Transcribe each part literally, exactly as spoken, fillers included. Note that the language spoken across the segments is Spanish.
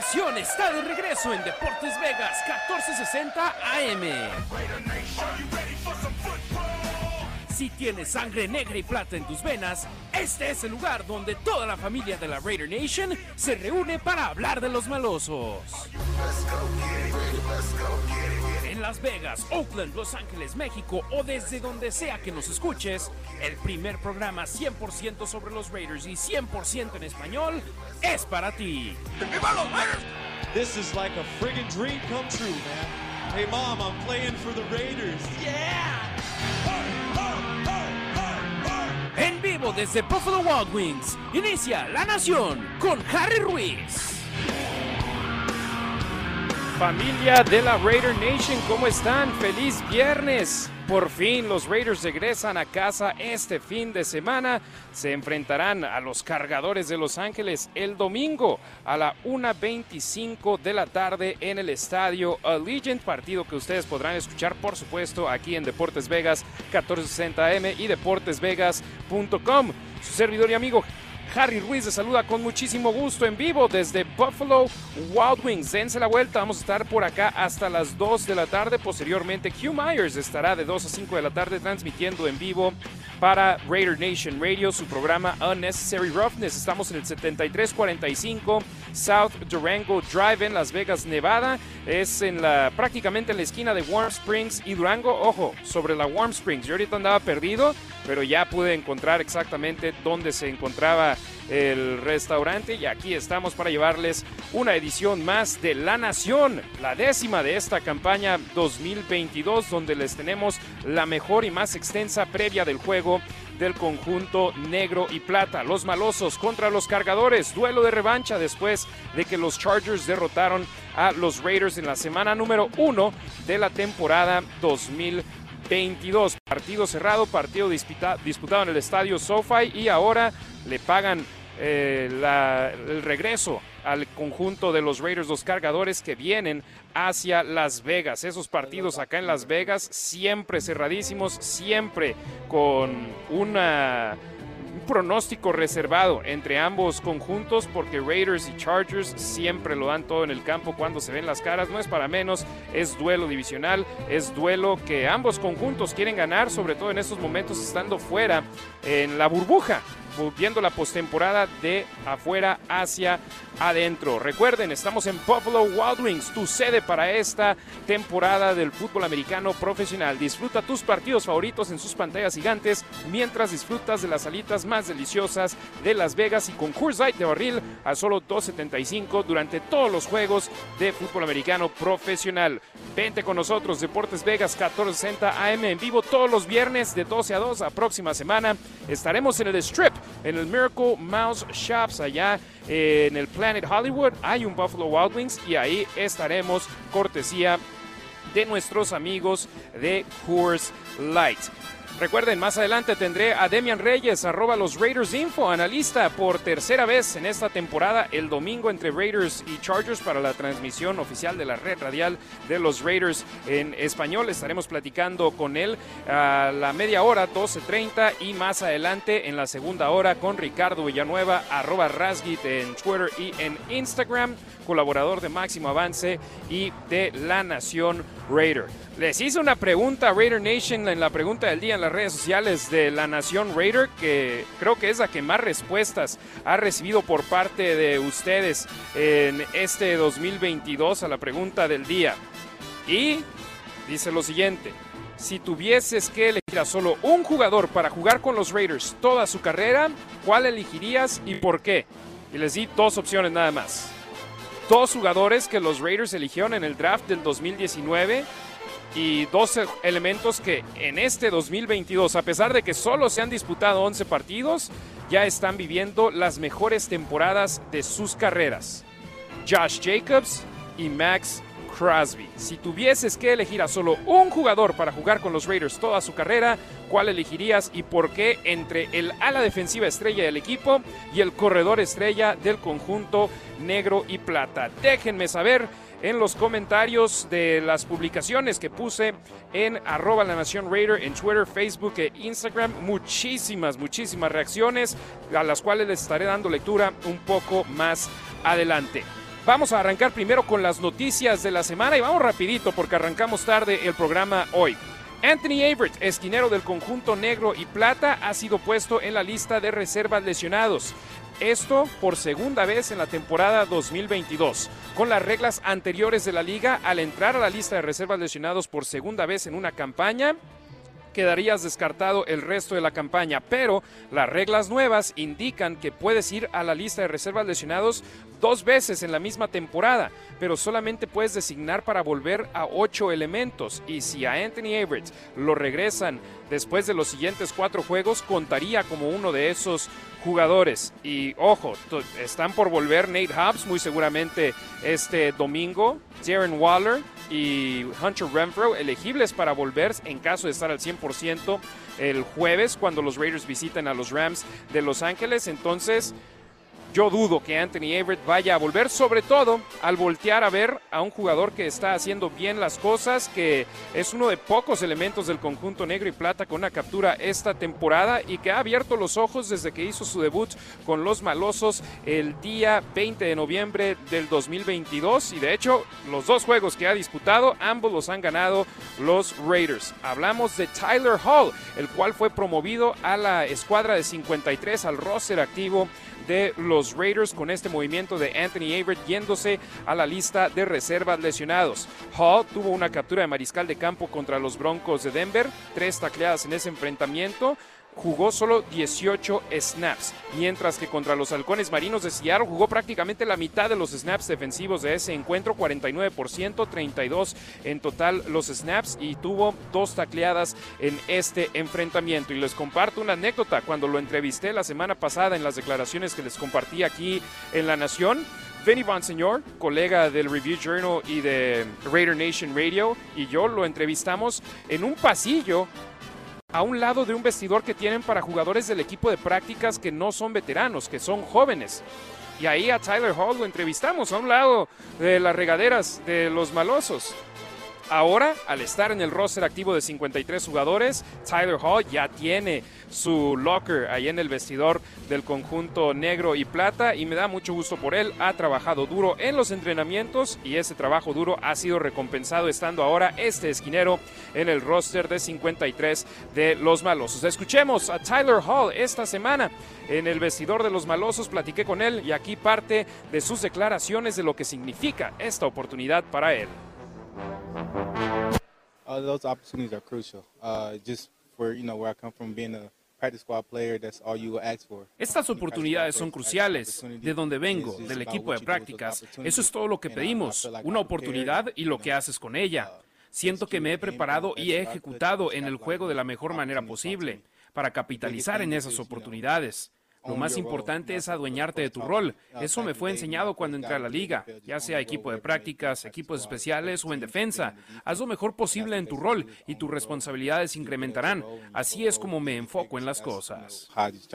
Nación está de regreso en Deportes Vegas catorce sesenta A M. Si tienes sangre negra y plata en tus venas, este es el lugar donde toda la familia de la Raider Nation se reúne para hablar de los malosos. En Las Vegas, Oakland, Los Ángeles, México o desde donde sea que nos escuches, el primer programa cien por ciento sobre los Raiders y cien por ciento en español es para ti. ¡Viva los Raiders! This is like a friggin' dream come true, man. Hey mom, I'm playing for the Raiders. Yeah! En vivo desde Buffalo Wild Wings, inicia La Nación con Harry Ruiz. Familia de la Raider Nation, ¿cómo están? ¡Feliz viernes! Por fin los Raiders regresan a casa este fin de semana. Se enfrentarán a los Cargadores de Los Ángeles el domingo a la una veinticinco de la tarde en el estadio Allegiant. Partido que ustedes podrán escuchar, por supuesto, aquí en Deportes Vegas catorce sesenta A M y deportes vegas punto com. Su servidor y amigo Harry Ruiz les saluda con muchísimo gusto en vivo desde Buffalo Wild Wings. Dense la vuelta, vamos a estar por acá hasta las dos de la tarde. Posteriormente, Q Myers estará de dos a cinco de la tarde transmitiendo en vivo para Raider Nation Radio, su programa Unnecessary Roughness. Estamos en el setenta y tres cuarenta y cinco South Durango Drive en Las Vegas, Nevada. Es en la, prácticamente en la esquina de Warm Springs y Durango. Ojo, sobre la Warm Springs. Yo ahorita andaba perdido, pero ya pude encontrar exactamente dónde se encontraba el restaurante y aquí estamos para llevarles una edición más de La Nación, la décima de esta campaña dos mil veintidós, donde les tenemos la mejor y más extensa previa del juego del conjunto negro y plata. Los malosos contra los Cargadores, duelo de revancha después de que los Chargers derrotaron a los Raiders en la semana número uno de la temporada dos mil veintidós. Partido cerrado, partido disputa, disputado en el estadio SoFi y ahora le pagan eh, la, el regreso al conjunto de los Raiders, los Cargadores que vienen hacia Las Vegas. Esos partidos acá en Las Vegas siempre cerradísimos, siempre con una... un pronóstico reservado entre ambos conjuntos porque Raiders y Chargers siempre lo dan todo en el campo cuando se ven las caras, no es para menos, es duelo divisional, es duelo que ambos conjuntos quieren ganar, sobre todo en estos momentos estando fuera en la burbuja, viendo la postemporada de afuera hacia adentro. Recuerden, estamos en Buffalo Wild Wings, tu sede para esta temporada del fútbol americano profesional. Disfruta tus partidos favoritos en sus pantallas gigantes mientras disfrutas de las alitas más deliciosas de Las Vegas y con Coors Light de barril a solo dos setenta y cinco durante todos los juegos de fútbol americano profesional. Vente con nosotros, Deportes Vegas catorce sesenta A M en vivo todos los viernes de doce a dos. La próxima semana estaremos en el Strip, en el Miracle Mouse Shops, allá en el Planet Hollywood. Hay un Buffalo Wild Wings y ahí estaremos cortesía de nuestros amigos de Coors Light. Recuerden, más adelante tendré a Demian Reyes, arroba los Raiders Info, analista por tercera vez en esta temporada, el domingo entre Raiders y Chargers para la transmisión oficial de la red radial de los Raiders en español. Estaremos platicando con él a la media hora, doce treinta, y más adelante en la segunda hora con Ricardo Villanueva, arroba Rasgit en Twitter y en Instagram, colaborador de Máximo Avance y de La Nación Raider. Les hice una pregunta a Raider Nation en la pregunta del día en las redes sociales de La Nación Raider, que creo que es la que más respuestas ha recibido por parte de ustedes en este dos mil veintidós a la pregunta del día. Y dice lo siguiente: si tuvieses que elegir a solo un jugador para jugar con los Raiders toda su carrera, ¿cuál elegirías y por qué? Y les di dos opciones nada más. Dos jugadores que los Raiders eligieron en el draft del dos mil diecinueve y dos elementos que en este dos mil veintidós, a pesar de que solo se han disputado once partidos, ya están viviendo las mejores temporadas de sus carreras. Josh Jacobs y Max Crosby. Si tuvieses que elegir a solo un jugador para jugar con los Raiders toda su carrera, ¿cuál elegirías y por qué entre el ala defensiva estrella del equipo y el corredor estrella del conjunto negro y plata? Déjenme saber en los comentarios de las publicaciones que puse en arroba la Nación Raider en Twitter, Facebook e Instagram. Muchísimas, muchísimas reacciones a las cuales les estaré dando lectura un poco más adelante. Vamos a arrancar primero con las noticias de la semana y vamos rapidito porque arrancamos tarde el programa hoy. Anthony Averett, esquinero del conjunto negro y plata, ha sido puesto en la lista de reservas lesionados. Esto por segunda vez en la temporada dos mil veintidós. Con las reglas anteriores de la liga, al entrar a la lista de reservas lesionados por segunda vez en una campaña, quedarías descartado el resto de la campaña, pero las reglas nuevas indican que puedes ir a la lista de reservas lesionados dos veces en la misma temporada, pero solamente puedes designar para volver a ocho elementos, y si a Anthony Averett lo regresan después de los siguientes cuatro juegos, contaría como uno de esos jugadores. Y ojo, están por volver Nate Hobbs muy seguramente este domingo, Darren Waller y Hunter Renfrow elegibles para volver en caso de estar al cien por ciento el jueves cuando los Raiders visiten a los Rams de Los Ángeles. Entonces yo dudo que Anthony Averett vaya a volver, sobre todo al voltear a ver a un jugador que está haciendo bien las cosas, que es uno de pocos elementos del conjunto negro y plata con una captura esta temporada y que ha abierto los ojos desde que hizo su debut con los Malosos el día veinte de noviembre del dos mil veintidós, y de hecho los dos juegos que ha disputado, ambos los han ganado los Raiders. Hablamos de Tyler Hall, el cual fue promovido a la escuadra de cincuenta y tres, al roster activo de los Raiders, con este movimiento de Anthony Averett yéndose a la lista de reservas lesionados. Hall tuvo una captura de mariscal de campo contra los Broncos de Denver, tres tacleadas en ese enfrentamiento. Jugó solo dieciocho snaps, mientras que contra los Halcones Marinos de Seattle jugó prácticamente la mitad de los snaps defensivos de ese encuentro, cuarenta y nueve por ciento, treinta y dos en total los snaps, y tuvo dos tacleadas en este enfrentamiento. Y les comparto una anécdota: cuando lo entrevisté la semana pasada en las declaraciones que les compartí aquí en La Nación, Vinny Bonsignor, colega del Review Journal y de Raider Nation Radio, y yo lo entrevistamos en un pasillo a un lado de un vestidor que tienen para jugadores del equipo de prácticas que no son veteranos, que son jóvenes. Y ahí a Tyler Hall lo entrevistamos a un lado de las regaderas de los Malosos. Ahora, al estar en el roster activo de cincuenta y tres jugadores, Tyler Hall ya tiene su locker ahí en el vestidor del conjunto negro y plata, y me da mucho gusto por él. Ha trabajado duro en los entrenamientos y ese trabajo duro ha sido recompensado estando ahora este esquinero en el roster de cincuenta y tres de los Malosos. Escuchemos a Tyler Hall esta semana en el vestidor de los Malosos. Platiqué con él y aquí parte de sus declaraciones de lo que significa esta oportunidad para él. Uh, those opportunities are crucial. Uh, just for, you know, where I come from, being a practice squad player, that's all you will ask for. Estas oportunidades son cruciales. De donde vengo, del equipo de prácticas, eso es todo lo que pedimos, una oportunidad y lo que haces con ella. Siento que me he preparado y he ejecutado en el juego de la mejor manera posible para capitalizar en esas oportunidades. Lo más importante es adueñarte de tu rol. Eso me fue enseñado cuando entré a la liga, ya sea equipo de prácticas, equipos especiales o en defensa. Haz lo mejor posible en tu rol y tus responsabilidades se incrementarán. Así es como me enfoco en las cosas.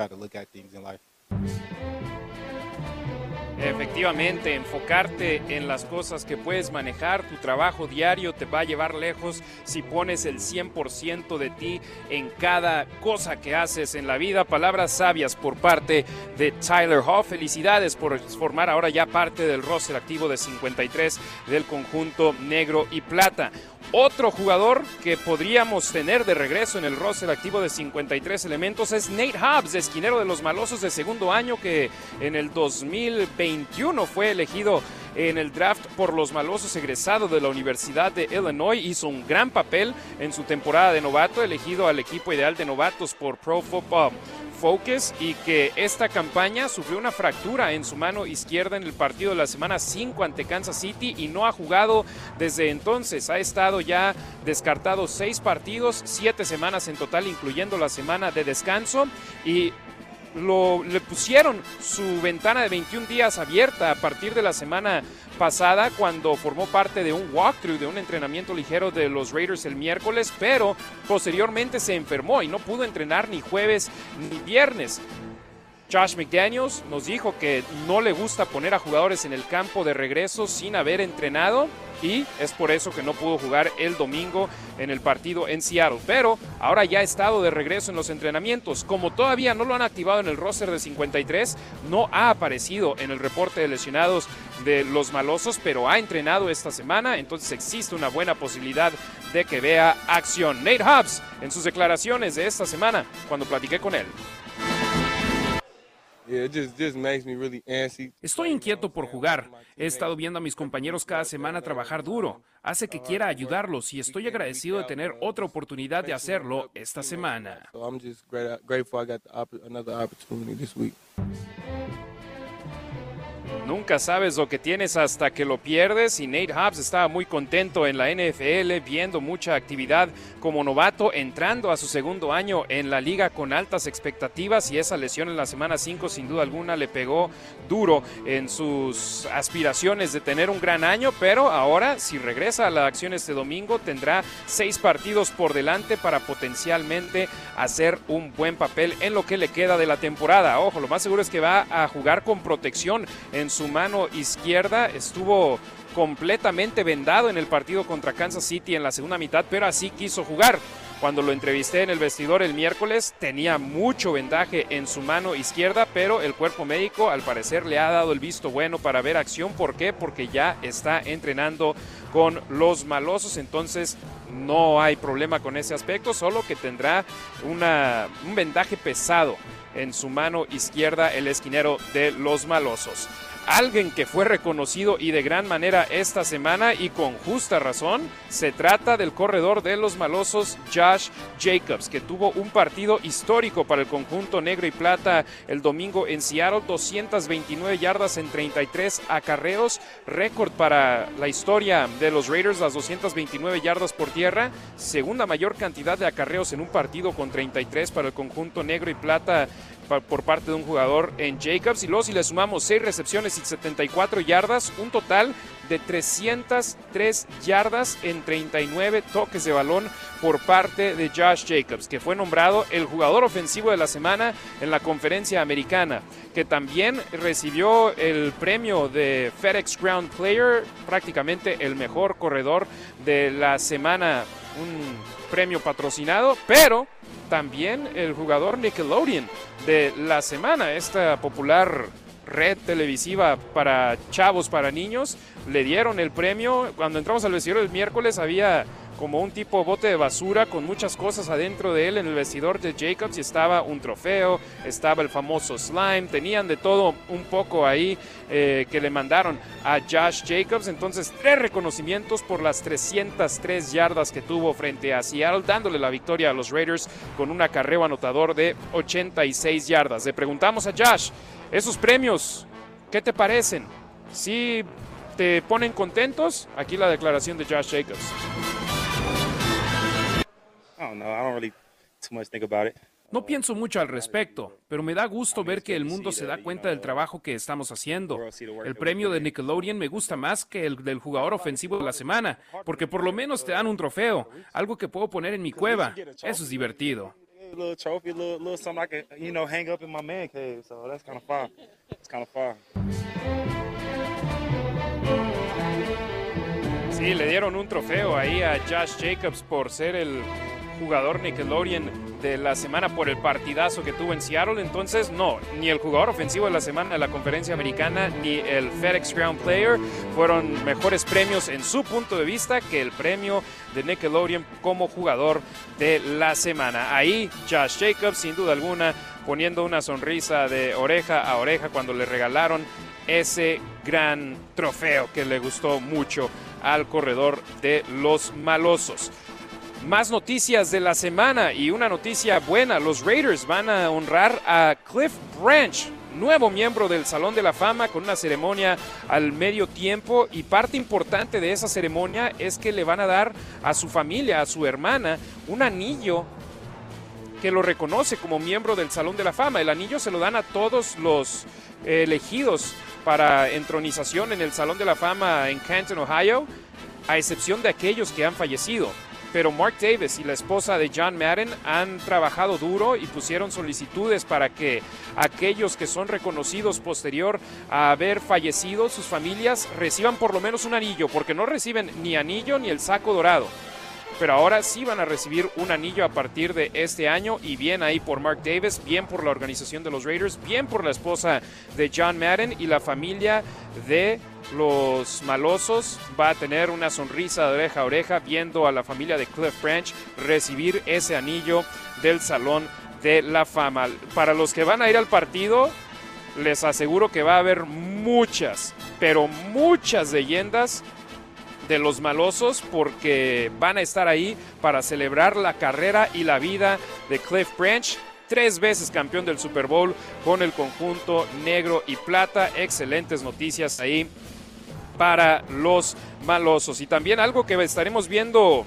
Efectivamente, enfocarte en las cosas que puedes manejar. Tu trabajo diario te va a llevar lejos si pones el cien por ciento de ti en cada cosa que haces en la vida. Palabras sabias por parte de Tyler Hall. Felicidades por formar ahora ya parte del roster activo de cincuenta y tres del conjunto negro y plata. Otro jugador que podríamos tener de regreso en el roster activo de cincuenta y tres elementos es Nate Hobbs, esquinero de los Malosos de segundo año, que en el dos mil veintiuno fue elegido en el draft por los Malosos, egresado de la Universidad de Illinois. Hizo un gran papel en su temporada de novato, elegido al equipo ideal de novatos por Pro Football Focus, y que esta campaña sufrió una fractura en su mano izquierda en el partido de la semana cinco ante Kansas City y no ha jugado desde entonces. Ha estado ya descartado seis partidos, siete semanas en total, incluyendo la semana de descanso, y Lo, le pusieron su ventana de veintiún días abierta a partir de la semana pasada, cuando formó parte de un walkthrough, de un entrenamiento ligero de los Raiders el miércoles, pero posteriormente se enfermó y no pudo entrenar ni jueves ni viernes. Josh McDaniels nos dijo que no le gusta poner a jugadores en el campo de regreso sin haber entrenado, y es por eso que no pudo jugar el domingo en el partido en Seattle. Pero ahora ya ha estado de regreso en los entrenamientos. Como todavía no lo han activado en el roster de cincuenta y tres, no ha aparecido en el reporte de lesionados de los malosos, pero ha entrenado esta semana, entonces existe una buena posibilidad de que vea acción. Nate Hobbs, en sus declaraciones de esta semana, cuando platiqué con él. Estoy inquieto por jugar. He estado viendo a mis compañeros cada semana trabajar duro. Hace que quiera ayudarlos y estoy agradecido de tener otra oportunidad de hacerlo esta semana. Nunca sabes lo que tienes hasta que lo pierdes, y Nate Hobbs estaba muy contento en la N F L, viendo mucha actividad como novato, entrando a su segundo año en la liga con altas expectativas, y esa lesión en la semana cinco sin duda alguna le pegó duro en sus aspiraciones de tener un gran año, pero ahora si regresa a la acción este domingo tendrá seis partidos por delante para potencialmente hacer un buen papel en lo que le queda de la temporada. Ojo, lo más seguro es que va a jugar con protección en su mano izquierda. Estuvo completamente vendado en el partido contra Kansas City en la segunda mitad, pero así quiso jugar. Cuando lo entrevisté en el vestidor el miércoles, tenía mucho vendaje en su mano izquierda, pero el cuerpo médico al parecer le ha dado el visto bueno para ver acción. ¿Por qué? Porque ya está entrenando con los malosos, entonces no hay problema con ese aspecto, solo que tendrá una, un vendaje pesado en su mano izquierda el esquinero de los malosos. Alguien que fue reconocido y de gran manera esta semana, y con justa razón, se trata del corredor de los malosos Josh Jacobs, que tuvo un partido histórico para el conjunto negro y plata el domingo en Seattle. Doscientas veintinueve yardas en treinta y tres acarreos, récord para la historia de los Raiders, las doscientas veintinueve yardas por tierra, segunda mayor cantidad de acarreos en un partido con treinta y tres para el conjunto negro y plata por parte de un jugador en Jacobs. Y luego si le sumamos seis recepciones y setenta y cuatro yardas, un total de trescientas tres yardas en treinta y nueve toques de balón por parte de Josh Jacobs, que fue nombrado el jugador ofensivo de la semana en la conferencia americana, que también recibió el premio de FedEx Ground Player, prácticamente el mejor corredor de la semana, un premio patrocinado, pero también el jugador Nickelodeon de la semana, esta popular red televisiva para chavos, para niños, le dieron el premio. Cuando entramos al vestidor el miércoles había como un tipo bote de basura con muchas cosas adentro de él en el vestidor de Jacobs, y estaba un trofeo, estaba el famoso slime, tenían de todo un poco ahí eh, que le mandaron a Josh Jacobs. Entonces, tres reconocimientos por las trescientas tres yardas que tuvo frente a Seattle, dándole la victoria a los Raiders con un acarreo anotador de ochenta y seis yardas. Le preguntamos a Josh, esos premios, ¿qué te parecen? ¿Sí te ponen contentos? Aquí la declaración de Josh Jacobs. No pienso mucho al respecto, pero me da gusto ver que el mundo se da cuenta del trabajo que estamos haciendo. El premio de Nickelodeon me gusta más que el del jugador ofensivo de la semana, porque por lo menos te dan un trofeo, algo que puedo poner en mi cueva. Eso es divertido. Sí, le dieron un trofeo ahí a Josh Jacobs por ser el jugador Nickelodeon de la semana por el partidazo que tuvo en Seattle. Entonces no, ni el jugador ofensivo de la semana de la conferencia americana ni el FedEx Ground Player fueron mejores premios en su punto de vista que el premio de Nickelodeon como jugador de la semana. Ahí Josh Jacobs sin duda alguna poniendo una sonrisa de oreja a oreja cuando le regalaron ese gran trofeo que le gustó mucho al corredor de los malosos. Más noticias de la semana, y una noticia buena: los Raiders van a honrar a Cliff Branch, nuevo miembro del Salón de la Fama, con una ceremonia al medio tiempo, y parte importante de esa ceremonia es que le van a dar a su familia, a su hermana, un anillo que lo reconoce como miembro del Salón de la Fama. El anillo se lo dan a todos los eh, elegidos para entronización en el Salón de la Fama en Canton, Ohio, a excepción de aquellos que han fallecido. pero Mark Davis y la esposa de John Madden han trabajado duro y pusieron solicitudes para que aquellos que son reconocidos posterior a haber fallecido, sus familias reciban por lo menos un anillo, porque no reciben ni anillo ni el saco dorado. Pero ahora sí van a recibir un anillo a partir de este año, y bien ahí por Mark Davis, bien por la organización de los Raiders, bien por la esposa de John Madden, y la familia de los malosos va a tener una sonrisa de oreja a oreja viendo a la familia de Cliff Branch recibir ese anillo del Salón de la Fama. Para los que van a ir al partido, les aseguro que va a haber muchas, pero muchas leyendas de los malosos, porque van a estar ahí para celebrar la carrera y la vida de Cliff Branch, tres veces campeón del Super Bowl con el conjunto negro y plata. Excelentes noticias ahí para los malosos. Y también algo que estaremos viendo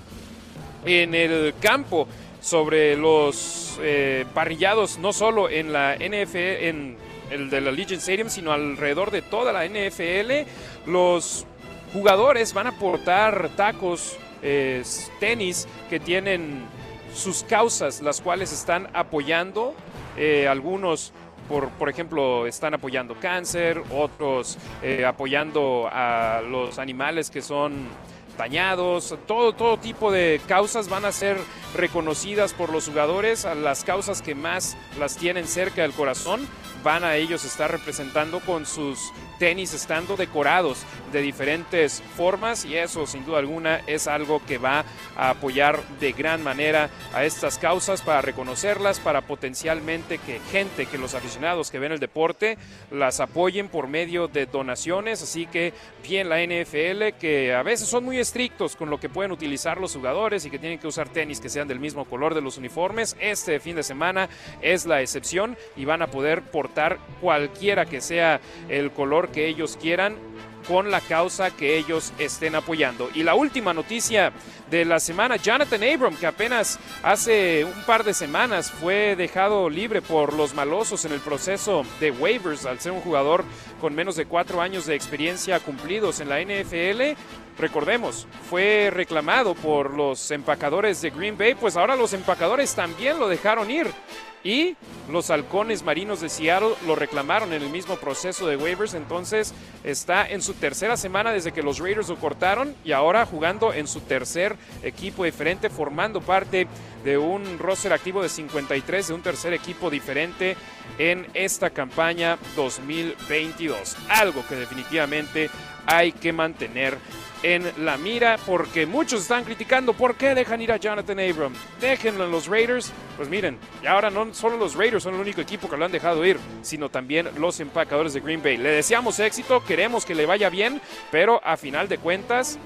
en el campo sobre los eh, parrillados, no solo en la N F L, en el de la Allegiant Stadium, sino alrededor de toda la N F L. Los jugadores van a portar tacos, eh, tenis que tienen sus causas, las cuales están apoyando. Eh, algunos, por, por ejemplo, están apoyando cáncer, otros eh, apoyando a los animales que son dañados. Todo, todo tipo de causas van a ser reconocidas por los jugadores. A las causas que más las tienen cerca del corazón van a ellos estar representando con sus tenis estando decorados de diferentes formas, y eso sin duda alguna es algo que va a apoyar de gran manera a estas causas, para reconocerlas, para potencialmente que gente, que los aficionados que ven el deporte las apoyen por medio de donaciones. Así que bien la N F L, que a veces son muy estrictos con lo que pueden utilizar los jugadores y que tienen que usar tenis que sean del mismo color de los uniformes. Este fin de semana es la excepción y van a poder portar cualquiera que sea el color que ellos quieran, con la causa que ellos estén apoyando. Y la última noticia de la semana, Jonathan Abram, que apenas hace un par de semanas fue dejado libre por los malosos en el proceso de waivers al ser un jugador con menos de cuatro años de experiencia cumplidos en la N F L. Recordemos, fue reclamado por los empacadores de Green Bay, pues ahora los empacadores también lo dejaron ir. Y los halcones marinos de Seattle lo reclamaron en el mismo proceso de waivers. Entonces está en su tercera semana desde que los Raiders lo cortaron, y ahora jugando en su tercer equipo diferente, formando parte de un roster activo de cincuenta y tres, de un tercer equipo diferente en esta campaña dos mil veintidós. Algo que definitivamente hay que mantener en la mira, porque muchos están criticando por qué dejan ir a Jonathan Abram. Déjenlo en los Raiders. Pues miren, y ahora no solo los Raiders son el único equipo que lo han dejado ir, sino también los empacadores de Green Bay. Le deseamos éxito, queremos que le vaya bien, pero a final de cuentas,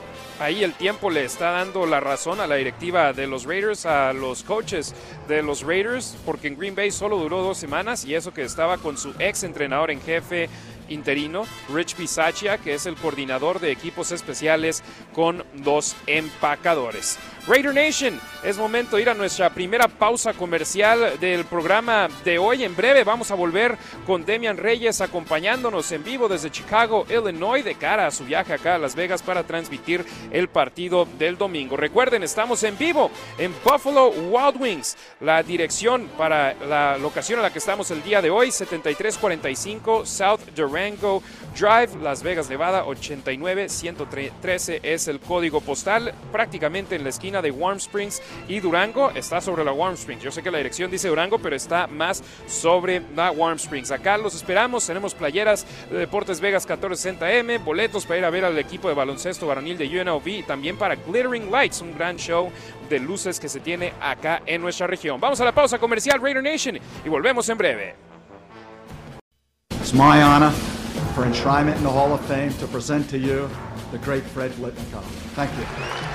ahí el tiempo le está dando la razón a la directiva de los Raiders, a los coaches de los Raiders, porque en Green Bay solo duró dos semanas, y eso que estaba con su ex entrenador en jefe interino, Rich Bisaccia, que es el coordinador de equipos especiales con los empacadores. Raider Nation, es momento de ir a nuestra primera pausa comercial del programa de hoy. En breve vamos a volver con Demian Reyes acompañándonos en vivo desde Chicago, Illinois, de cara a su viaje acá a Las Vegas para transmitir el partido del domingo. Recuerden, estamos en vivo en Buffalo Wild Wings. La dirección para la locación a la que estamos el día de hoy, setenta y tres cuarenta y cinco South Durango Drive, Las Vegas, Nevada, ochenta y nueve ciento trece es el código postal, prácticamente en la esquina de Warm Springs y Durango. Está sobre la Warm Springs. Yo sé que la dirección dice Durango, pero está más sobre la Warm Springs. Acá los esperamos. Tenemos playeras de Deportes Vegas catorce sesenta eme, boletos para ir a ver al equipo de baloncesto varonil de U N L V, y también para Glittering Lights, un gran show de luces que se tiene acá en nuestra región. Vamos a la pausa comercial, Raider Nation, y volvemos en breve. It's my honor for enshrinement in the Hall of Fame to present to you the great Fred Biletnikoff. Thank you.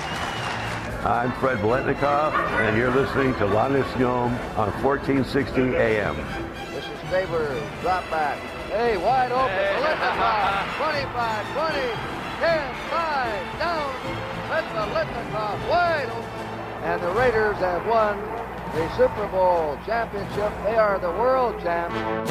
I'm Fred Biletnikoff, and you're listening to La Nación on fourteen sixty A M. This is Faber, drop back. Hey, wide open, Biletnikoff, twenty-five, twenty, ten, five, down. That's Biletnikoff, wide open. And the Raiders have won the Super Bowl championship. They are the world champs.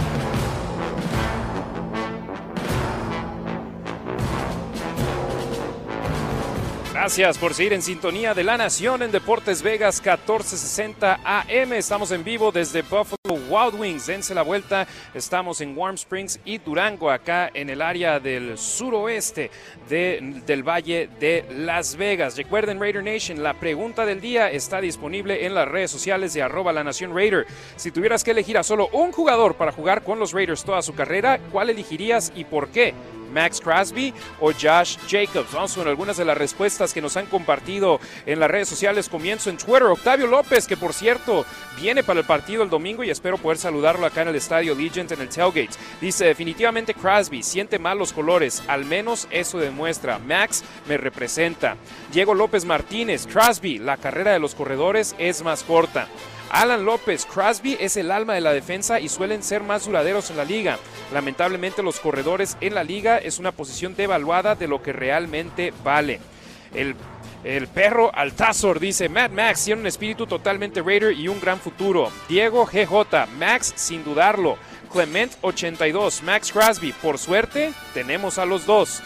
Gracias por seguir en sintonía de La Nación en Deportes Vegas catorce sesenta A M. Estamos en vivo desde Buffalo Wild Wings. Dense la vuelta. Estamos en Warm Springs y Durango, acá en el área del suroeste de, del Valle de Las Vegas. Recuerden, Raider Nation, la pregunta del día está disponible en las redes sociales de arroba La Nación Raider. Si tuvieras que elegir a solo un jugador para jugar con los Raiders toda su carrera, ¿cuál elegirías y por qué? ¿Max Crosby o Josh Jacobs? Vamos con algunas de las respuestas que nos han compartido en las redes sociales. Comienzo en Twitter. Octavio López, que por cierto viene para el partido el domingo y espero poder saludarlo acá en el Estadio Allegiant en el tailgate. Dice, definitivamente Crosby, siente mal los colores, al menos eso demuestra. Max me representa. Diego López Martínez, Crosby, la carrera de los corredores es más corta. Alan López, Crosby es el alma de la defensa y suelen ser más duraderos en la liga. Lamentablemente los corredores en la liga es una posición devaluada de lo que realmente vale. El, el perro Altazor dice, Mad Max tiene un espíritu totalmente Raider y un gran futuro. Diego G J, Max sin dudarlo. Clement ochenta y dos, Max Crosby, por suerte tenemos a los dos.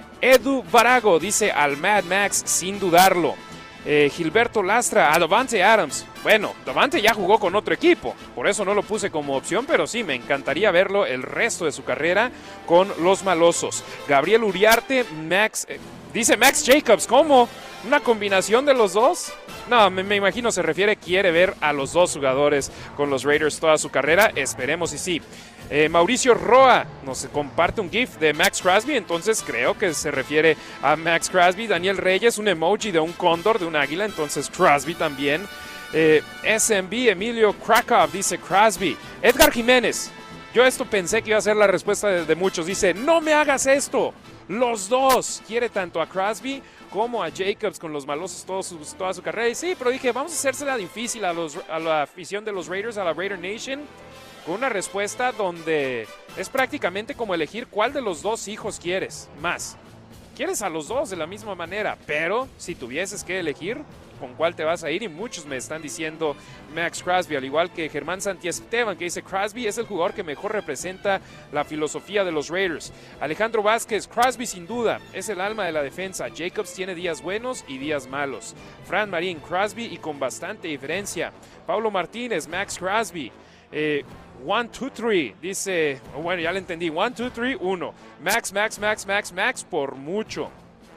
Edu Varago dice, al Mad Max sin dudarlo. Eh, Gilberto Lastra, a Davante Adams. Bueno, Davante ya jugó con otro equipo, por eso no lo puse como opción, pero sí, me encantaría verlo el resto de su carrera con los malosos. Gabriel Uriarte, Max, eh, dice Max Jacobs, ¿cómo? ¿Una combinación de los dos? No, me, me imagino se refiere, quiere ver a los dos jugadores con los Raiders toda su carrera, esperemos y sí. Eh, Mauricio Roa nos comparte un GIF de Max Crosby, entonces creo que se refiere a Max Crosby. Daniel Reyes, un emoji de un cóndor, de un águila, entonces Crosby también. Eh, S M B, Emilio Krakow dice Crosby. Edgar Jiménez, yo esto pensé que iba a ser la respuesta de, de muchos, dice, no me hagas esto, los dos. Quiere tanto a Crosby como a Jacobs con los malosos todo su, toda su carrera. Y sí, pero dije, vamos a hacérsela difícil a, los, a la afición de los Raiders, a la Raider Nation, con una respuesta donde es prácticamente como elegir cuál de los dos hijos quieres más. Quieres a los dos de la misma manera, pero si tuvieses que elegir, ¿con cuál te vas a ir? Y muchos me están diciendo Max Crosby, al igual que Germán Santiesteban, que dice Crosby es el jugador que mejor representa la filosofía de los Raiders. Alejandro Vázquez, Crosby sin duda, es el alma de la defensa. Jacobs tiene días buenos y días malos. Fran Marín, Crosby y con bastante diferencia. Paulo Martínez, Max Crosby. Eh, one, two, three, dice, bueno, ya le entendí, one, two, three, uno. Max, Max, Max, Max, Max, por mucho.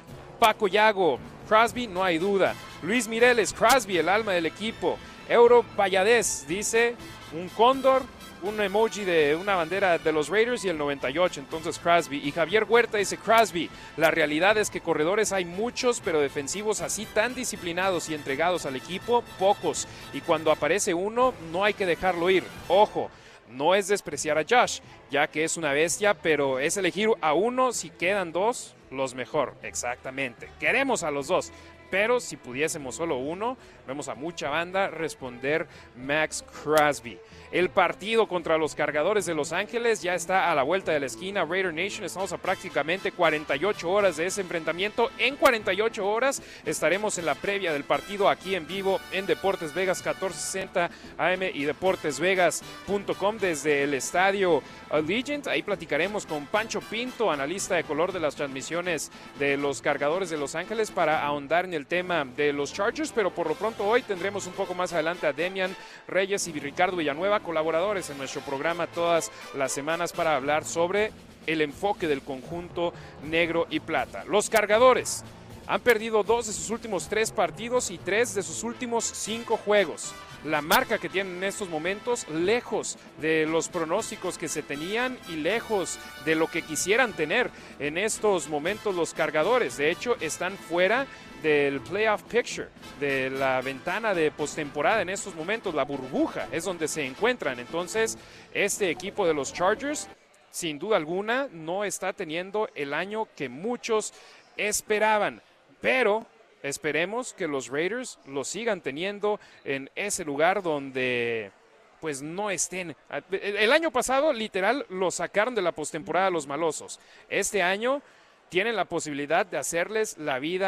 Paco Yago, Crosby, no hay duda. Luis Mireles, Crosby, el alma del equipo. Euro Valladez, dice, un cóndor, un emoji de una bandera de los Raiders y el noventa y ocho, entonces Crosby. Y Javier Huerta dice, Crosby, la realidad es que corredores hay muchos, pero defensivos así tan disciplinados y entregados al equipo, pocos. Y cuando aparece uno, no hay que dejarlo ir. Ojo, no es despreciar a Josh, ya que es una bestia, pero es elegir a uno, si quedan dos, los mejor. Exactamente, queremos a los dos. Pero si pudiésemos solo uno, vemos a mucha banda responder Max Crosby. El partido contra los Cargadores de Los Ángeles ya está a la vuelta de la esquina. Raider Nation, estamos a prácticamente cuarenta y ocho horas de ese enfrentamiento. En cuarenta y ocho horas estaremos en la previa del partido aquí en vivo en Deportes Vegas catorce sesenta A M y deportes vegas punto com desde el estadio Allegiant. Ahí platicaremos con Pancho Pinto, analista de color de las transmisiones de los Cargadores de Los Ángeles, para ahondar en el tema de los Chargers, pero por lo pronto hoy tendremos un poco más adelante a Demian Reyes y Ricardo Villanueva, colaboradores en nuestro programa todas las semanas, para hablar sobre el enfoque del conjunto negro y plata. Los Cargadores han perdido dos de sus últimos tres partidos y tres de sus últimos cinco juegos. La marca que tienen en estos momentos, lejos de los pronósticos que se tenían y lejos de lo que quisieran tener en estos momentos los Cargadores. De hecho, están fuera del playoff picture, de la ventana de postemporada en estos momentos. La burbuja es donde se encuentran. Entonces, este equipo de los Chargers, sin duda alguna, no está teniendo el año que muchos esperaban. Pero esperemos que los Raiders lo sigan teniendo en ese lugar donde pues no estén. El año pasado literal lo sacaron de la postemporada los malosos. Este año tienen la posibilidad de hacerles la vida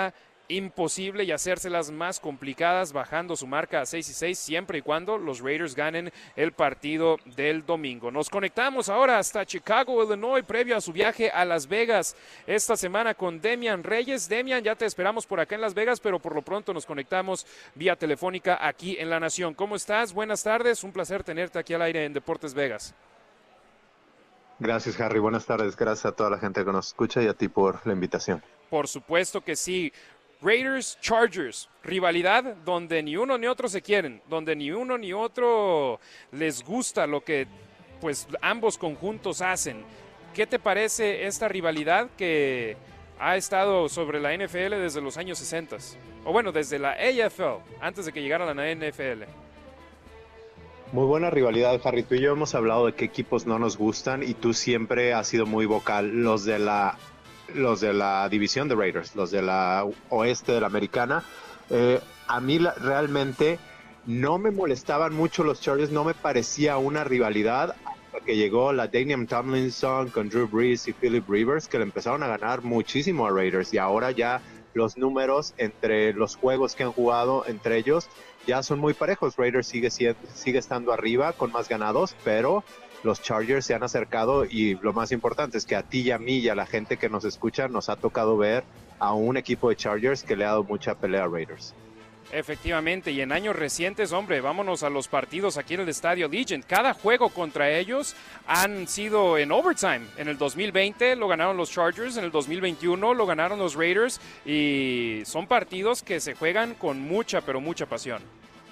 imposible y hacérselas más complicadas, bajando su marca a seis y seis, siempre y cuando los Raiders ganen el partido del domingo. Nos conectamos ahora hasta Chicago, Illinois, previo a su viaje a Las Vegas esta semana con Demian Reyes. Demian, ya te esperamos por acá en Las Vegas, pero por lo pronto nos conectamos vía telefónica aquí en La Nación. ¿Cómo estás? Buenas tardes, un placer tenerte aquí al aire en Deportes Vegas. Gracias, Harry. Buenas tardes. Gracias a toda la gente que nos escucha y a ti por la invitación. Por supuesto que sí. Raiders, Chargers, rivalidad donde ni uno ni otro se quieren, donde ni uno ni otro les gusta lo que pues ambos conjuntos hacen. ¿Qué te parece esta rivalidad que ha estado sobre la N F L desde los años sesenta? O bueno, desde la A F L, antes de que llegara la N F L. Muy buena rivalidad, Harry. Tú y yo hemos hablado de qué equipos no nos gustan y tú siempre has sido muy vocal. Los de la los de la división de Raiders, los de la oeste de la americana, eh, a mí la, realmente no me molestaban mucho los Chargers, no me parecía una rivalidad hasta que llegó la Daniel Tomlinson con Drew Brees y Philip Rivers, que le empezaron a ganar muchísimo a Raiders, y ahora ya los números entre los juegos que han jugado entre ellos ya son muy parejos. Raiders sigue, sigue estando arriba con más ganados, pero los Chargers se han acercado, y lo más importante es que a ti y a mí y a la gente que nos escucha nos ha tocado ver a un equipo de Chargers que le ha dado mucha pelea a Raiders. Efectivamente, y en años recientes, hombre, vámonos a los partidos aquí en el Estadio Legion. Cada juego contra ellos han sido en overtime. En el dos mil veinte lo ganaron los Chargers, en el dos mil veintiuno lo ganaron los Raiders, y son partidos que se juegan con mucha, pero mucha pasión.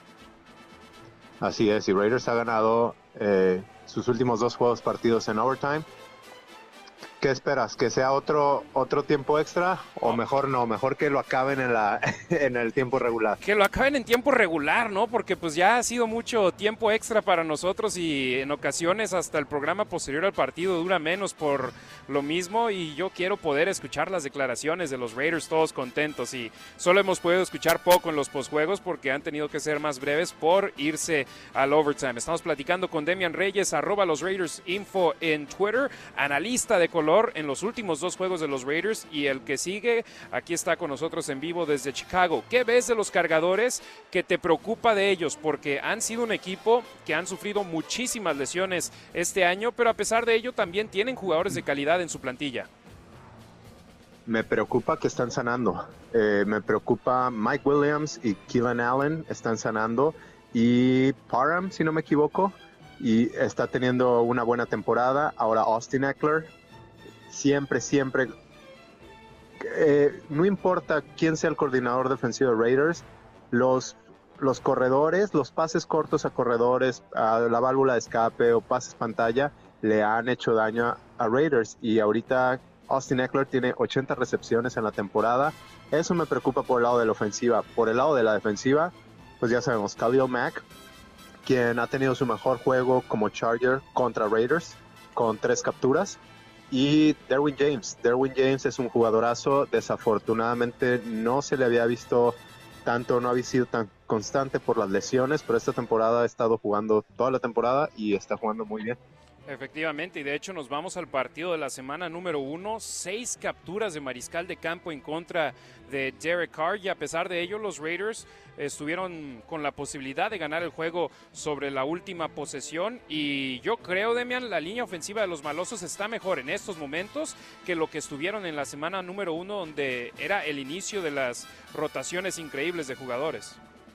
Así es, y Raiders ha ganado eh, sus últimos dos juegos partidos en overtime. ¿Qué esperas? ¿Que sea otro otro tiempo extra? O mejor no, mejor que lo acaben en la en el tiempo regular. Que lo acaben en tiempo regular, ¿no? Porque pues ya ha sido mucho tiempo extra para nosotros, y en ocasiones hasta el programa posterior al partido dura menos por lo mismo, y yo quiero poder escuchar las declaraciones de los Raiders todos contentos, y solo hemos podido escuchar poco en los postjuegos porque han tenido que ser más breves por irse al overtime. Estamos platicando con Demian Reyes, arroba los Raiders Info en Twitter, analista de color en los últimos dos juegos de los Raiders, y el que sigue aquí está con nosotros en vivo desde Chicago. ¿Qué ves de los Cargadores? ¿Qué te preocupa de ellos? Porque han sido un equipo que han sufrido muchísimas lesiones este año, pero a pesar de ello también tienen jugadores de calidad en su plantilla. Me preocupa que están sanando. Eh, me preocupa Mike Williams y Keelan Allen están sanando, y Parham, si no me equivoco, y está teniendo una buena temporada. Ahora Austin Eckler, siempre, siempre, eh, no importa quién sea el coordinador defensivo de Raiders, los, los corredores, los pases cortos a corredores, a la válvula de escape o pases pantalla, le han hecho daño a, a Raiders, y ahorita Austin Eckler tiene ochenta recepciones en la temporada. Eso me preocupa por el lado de la ofensiva. Por el lado de la defensiva, pues ya sabemos, Khalil Mack, quien ha tenido su mejor juego como Charger contra Raiders, con tres capturas. Y Derwin James. Derwin James es un jugadorazo. Desafortunadamente no se le había visto tanto, no había sido tan constante por las lesiones, pero esta temporada ha estado jugando toda la temporada y está jugando muy bien. Efectivamente, y de hecho nos vamos al partido de la semana número uno, seis capturas de mariscal de campo en contra de Derek Carr, y a pesar de ello los Raiders estuvieron con la posibilidad de ganar el juego sobre la última posesión, y yo creo, Demian, la línea ofensiva de los malosos está mejor en estos momentos que lo que estuvieron en la semana número uno, donde era el inicio de las rotaciones increíbles de jugadores.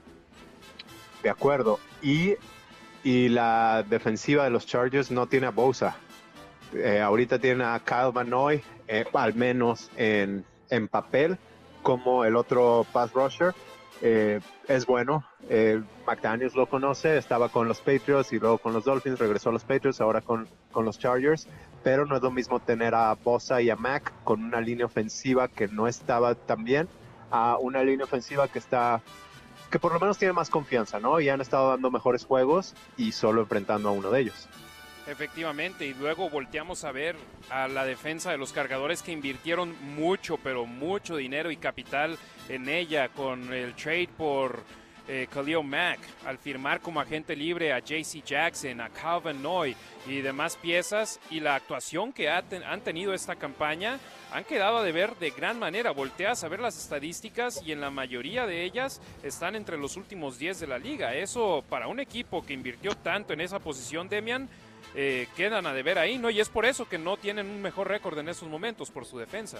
De acuerdo, y... Y la defensiva de los Chargers no tiene a Bosa. Eh, ahorita tiene a Kyle Van Noy, eh, al menos en, en papel, como el otro pass rusher. Eh, es bueno. Eh, McDaniels lo conoce, estaba con los Patriots y luego con los Dolphins, regresó a los Patriots, ahora con, con los Chargers. Pero no es lo mismo tener a Bosa y a Mack con una línea ofensiva que no estaba tan bien, a una línea ofensiva que está... que por lo menos tiene más confianza, ¿no? Y han estado dando mejores juegos y solo enfrentando a uno de ellos. Efectivamente, y luego volteamos a ver a la defensa de los Cargadores, que invirtieron mucho, pero mucho dinero y capital en ella, con el trade por eh, Khalil Mack al firmar como agente libre a J C Jackson, a Calvin Noy y demás piezas, y la actuación que ha ten, han tenido esta campaña, han quedado a deber de gran manera. Volteas a ver las estadísticas y en la mayoría de ellas están entre los últimos diez de la liga. Eso para un equipo que invirtió tanto en esa posición, Demian, eh, quedan a deber ahí, ¿no? Y es por eso que no tienen un mejor récord en estos momentos, por su defensa.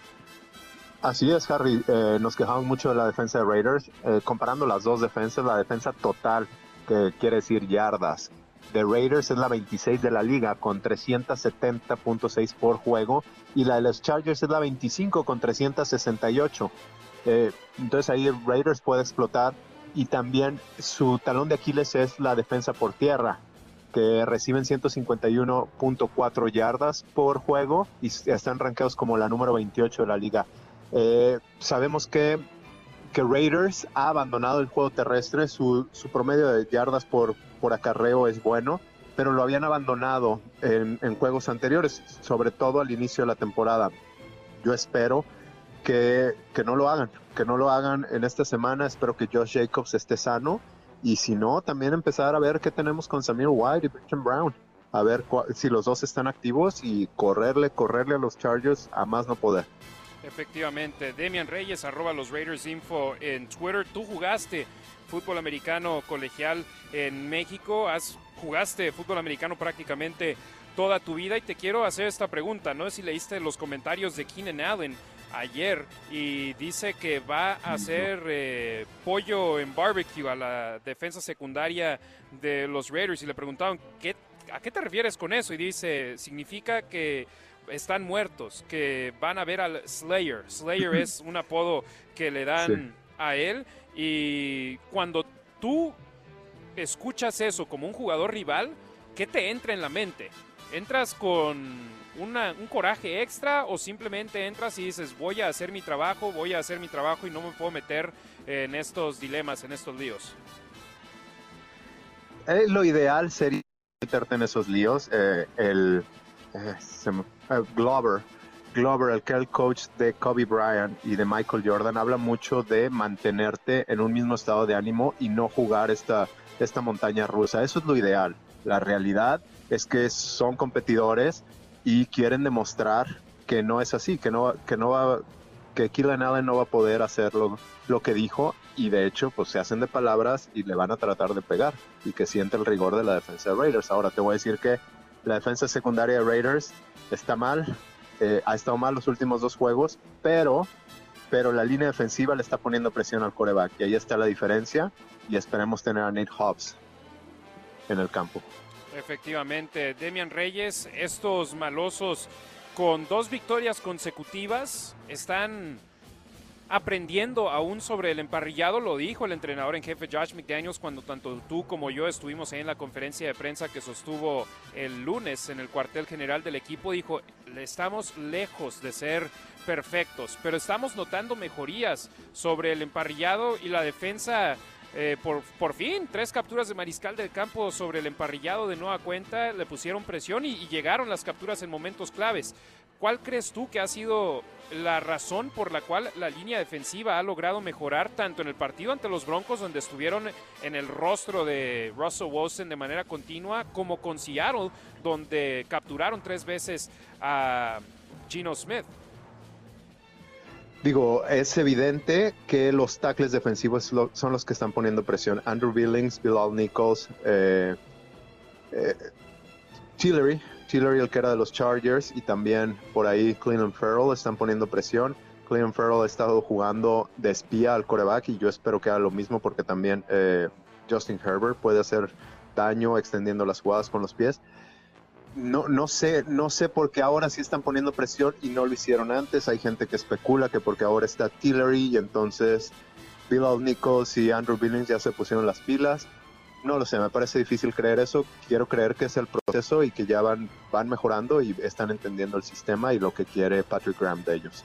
Así es, Harry. Eh, nos quejamos mucho de la defensa de Raiders. Eh, comparando las dos defensas, la defensa total, que quiere decir yardas, de Raiders es la veintiséis de la liga con trescientos setenta punto seis por juego, y la de los Chargers es la veinticinco con trescientos sesenta y ocho. Eh, entonces ahí Raiders puede explotar, y también su talón de Aquiles es la defensa por tierra, que reciben ciento cincuenta y uno punto cuatro yardas por juego y están rankeados como la número veintiocho de la liga. Eh, sabemos que, que Raiders ha abandonado el juego terrestre. Su, su promedio de yardas por, por acarreo es bueno, pero lo habían abandonado en, en juegos anteriores, sobre todo al inicio de la temporada. Yo espero que, que no lo hagan, que no lo hagan en esta semana. Espero que Josh Jacobs esté sano, y si no, también empezar a ver qué tenemos con Samir White y Christian Brown, a ver cua- si los dos están activos, y correrle, correrle a los Chargers a más no poder. Efectivamente, Demian Reyes, arroba los Raiders Info en Twitter. Tú jugaste fútbol americano colegial en México, has, jugaste fútbol americano prácticamente toda tu vida, y te quiero hacer esta pregunta. No sé si leíste los comentarios de Keenan Allen ayer, y dice que va a hacer eh, pollo en barbecue a la defensa secundaria de los Raiders, y le preguntaron, ¿qué, ¿a qué te refieres con eso? Y dice, significa que están muertos, que van a ver al Slayer. Slayer es un apodo que le dan sí. a él, y cuando tú escuchas eso como un jugador rival, ¿qué te entra en la mente? ¿Entras con una, un coraje extra, o simplemente entras y dices, voy a hacer mi trabajo, voy a hacer mi trabajo y no me puedo meter en estos dilemas, en estos líos? Eh, lo ideal sería meterte en esos líos. Eh, el eh, se me, eh, Glover, Glover, el que era el coach de Kobe Bryant y de Michael Jordan, habla mucho de mantenerte en un mismo estado de ánimo y no jugar esta, esta montaña rusa. Eso es lo ideal. La realidad es que son competidores y quieren demostrar que no es así, que no, que no va, que Keenan Allen no va a poder hacer lo, lo que dijo, y de hecho pues se hacen de palabras y le van a tratar de pegar, y que siente el rigor de la defensa de Raiders. Ahora te voy a decir que la defensa secundaria de Raiders está mal, eh, ha estado mal los últimos dos juegos, pero, pero la línea defensiva le está poniendo presión al quarterback, y ahí está la diferencia, y esperemos tener a Nate Hobbs en el campo. Efectivamente, Demian Reyes, estos malosos con dos victorias consecutivas están aprendiendo aún sobre el emparrillado. Lo dijo el entrenador en jefe Josh McDaniels cuando tanto tú como yo estuvimos ahí en la conferencia de prensa que sostuvo el lunes en el cuartel general del equipo. Dijo, estamos lejos de ser perfectos, pero estamos notando mejorías sobre el emparrillado y la defensa. Eh, por, por fin, tres capturas de mariscal del campo sobre el emparrillado de nueva cuenta, le pusieron presión y, y llegaron las capturas en momentos claves. ¿Cuál crees tú que ha sido la razón por la cual la línea defensiva ha logrado mejorar tanto en el partido ante los Broncos, donde estuvieron en el rostro de Russell Wilson de manera continua, como con Seattle, donde capturaron tres veces a Geno Smith? Digo, es evidente que los tackles defensivos son los que están poniendo presión. Andrew Billings, Bilal Nichols, eh, eh, Tillery, Tillery, el que era de los Chargers, y también por ahí Clelin Ferrell están poniendo presión. Clelin Ferrell ha estado jugando de espía al quarterback, y yo espero que haga lo mismo, porque también eh, Justin Herbert puede hacer daño extendiendo las jugadas con los pies. No, no sé, no sé por qué ahora sí están poniendo presión y no lo hicieron antes. Hay gente que especula que porque ahora está Tillery y entonces Bilal Nichols y Andrew Billings ya se pusieron las pilas. No lo sé, me parece difícil creer eso. Quiero creer que es el proceso y que ya van, van mejorando y están entendiendo el sistema y lo que quiere Patrick Graham de ellos.